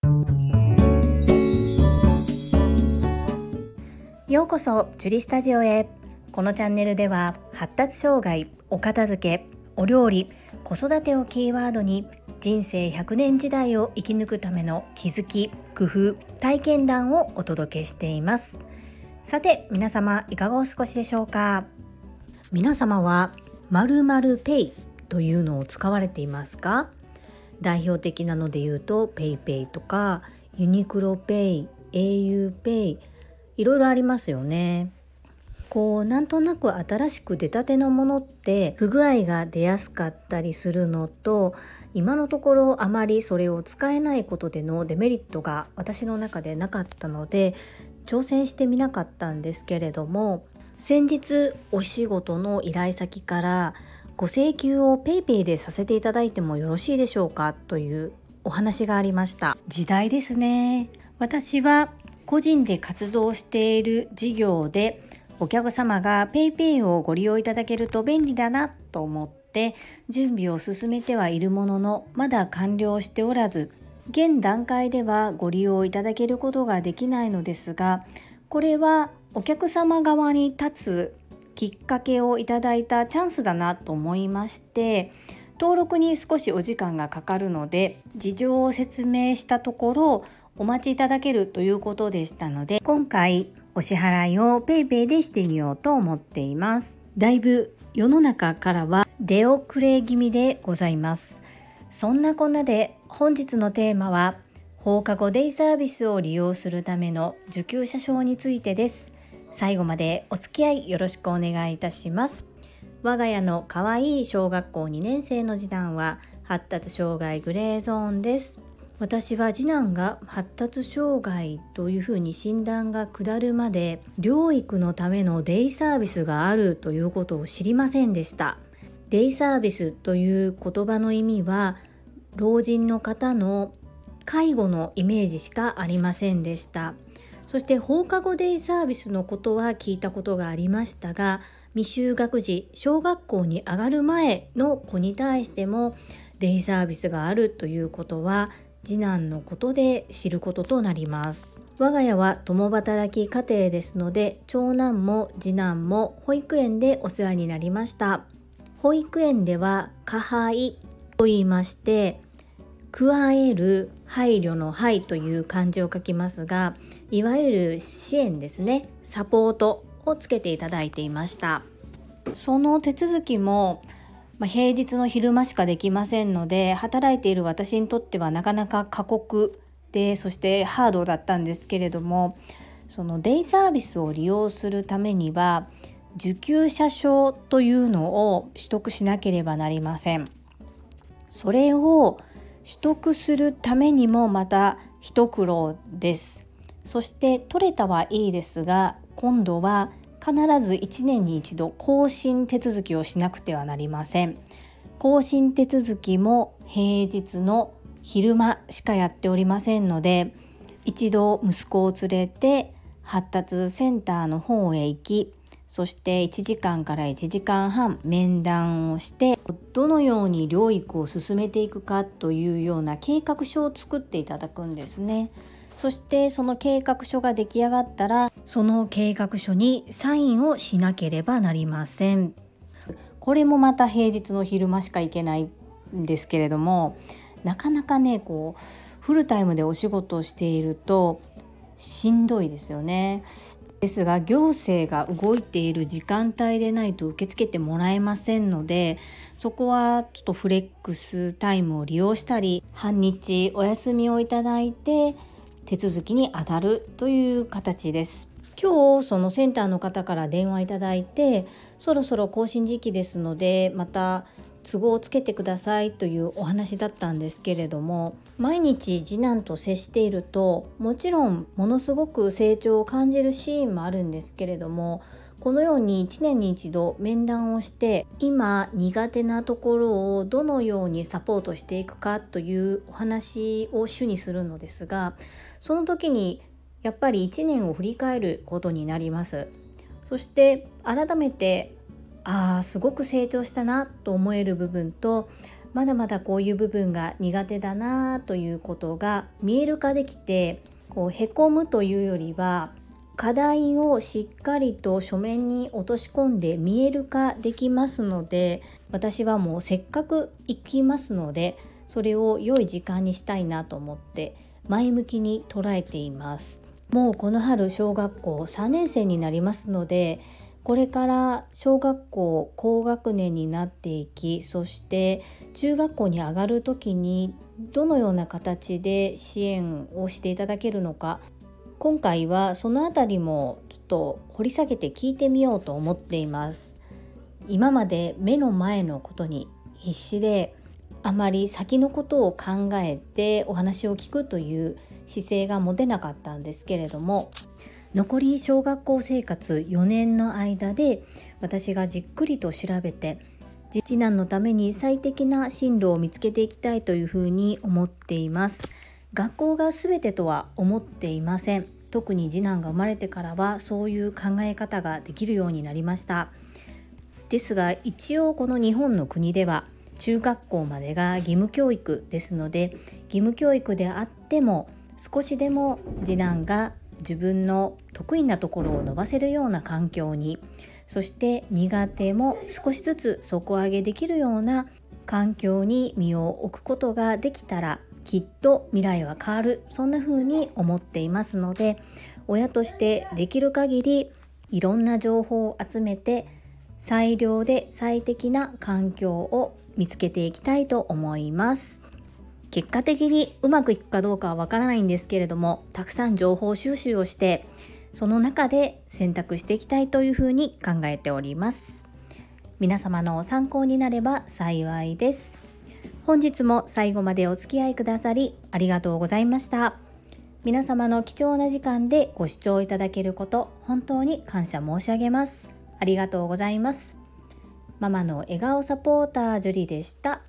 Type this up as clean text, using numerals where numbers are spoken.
ようこそジュリスタジオへ。このチャンネルでは発達障害、お片付け、お料理、子育てをキーワードに人生100年時代を生き抜くための気づき、工夫、体験談をお届けしています。さて皆様いかがお過ごしでしょうか。皆様は〇〇ペイというのを使われていますか？代表的なので言うとペイペイとかユニクロペイ、auペイ、いろいろありますよね。なんとなく新しく出たてのものって不具合が出やすかったりするのと、今のところあまりそれを使えないことでのデメリットが私の中でなかったので挑戦してみなかったんですけれども、先日お仕事の依頼先からご請求をペイペイでさせていただいてもよろしいでしょうかというお話がありました。時代ですね。私は個人で活動している事業でお客様がペイペイをご利用いただけると便利だなと思って準備を進めてはいるものの、まだ完了しておらず、現段階ではご利用いただけることができないのですが、これはお客様側に立つきっかけをいただいたチャンスだなと思いまして、登録に少しお時間がかかるので事情を説明したところお待ちいただけるということでしたので、今回お支払いをペイペイでしてみようと思っています。だいぶ世の中からは出遅れ気味でございます。そんなこんなで本日のテーマは放課後デイサービスを利用するための受給者証についてです。最後までお付き合いよろしくお願いいたします。我が家の可愛い小学校2年生の次男は発達障害グレーゾーンです。私は次男が発達障害というふうに診断が下るまで療育のためのデイサービスがあるということを知りませんでした。デイサービスという言葉の意味は老人の方の介護のイメージしかありませんでした。そして放課後デイサービスのことは聞いたことがありましたが、未就学児、小学校に上がる前の子に対してもデイサービスがあるということは次男のことで知ることとなります。我が家は共働き家庭ですので、長男も次男も保育園でお世話になりました。保育園では加配と言いまして、加える配慮の配という漢字を書きますが、いわゆる支援ですね、サポートをつけていただいていました。その手続きも平日の昼間しかできませんので、働いている私にとってはなかなか過酷で、そしてハードだったんですけれども、そのデイサービスを利用するためには受給者証というのを取得しなければなりません。それを取得するためにもまた一苦労です。そして取れたはいいですが、今度は必ず1年に一度更新手続きをしなくてはなりません。更新手続きも平日の昼間しかやっておりませんので、一度息子を連れて発達センターの方へ行き、そして1時間から1時間半面談をして、どのように療育を進めていくかというような計画書を作っていただくんですね。そしてその計画書が出来上がったら、その計画書にサインをしなければなりません。これもまた平日の昼間しか行けないんですけれども、なかなかねフルタイムでお仕事をしているとしんどいですよね。ですが行政が動いている時間帯でないと受け付けてもらえませんので、そこはちょっとフレックスタイムを利用したり、半日お休みをいただいて手続きに当たるという形です。今日そのセンターの方から電話いただいて、そろそろ更新時期ですのでまた都合をつけてくださいというお話だったんですけれども、毎日次男と接しているともちろんものすごく成長を感じるシーンもあるんですけれども、このように1年に一度面談をして今苦手なところをどのようにサポートしていくかというお話を主にするのですが、その時にやっぱり1年を振り返ることになります。そして改めてすごく成長したなと思える部分と、 まだまだこういう部分が苦手だなということが見える化できて、へこむというよりは課題をしっかりと書面に落とし込んで見える化できますので、私はもうせっかく行きますのでそれを良い時間にしたいなと思って前向きに捉えています。もうこの春小学校3年生になりますので、これから小学校高学年になっていき、そして中学校に上がる時にどのような形で支援をしていただけるのか、今回はそのあたりもちょっと掘り下げて聞いてみようと思っています。今まで目の前のことに必死で、あまり先のことを考えてお話を聞くという姿勢が持てなかったんですけれども、残り小学校生活4年の間で私がじっくりと調べて、次男のために最適な進路を見つけていきたいというふうに思っています。学校が全てとは思っていません。特に次男が生まれてからはそういう考え方ができるようになりました。ですが一応この日本の国では中学校までが義務教育ですので、義務教育であっても少しでも次男が自分の得意なところを伸ばせるような環境に、そして苦手も少しずつ底上げできるような環境に身を置くことができたら、きっと未来は変わる、そんな風に思っていますので、親としてできる限りいろんな情報を集めて最良で最適な環境を見つけていきたいと思います。結果的にうまくいくかどうかはわからないんですけれども、たくさん情報収集をしてその中で選択していきたいというふうに考えております。皆様の参考になれば幸いです。本日も最後までお付き合いくださりありがとうございました。皆様の貴重な時間でご視聴いただけること本当に感謝申し上げます。ありがとうございます。ママの笑顔サポータージュリでした。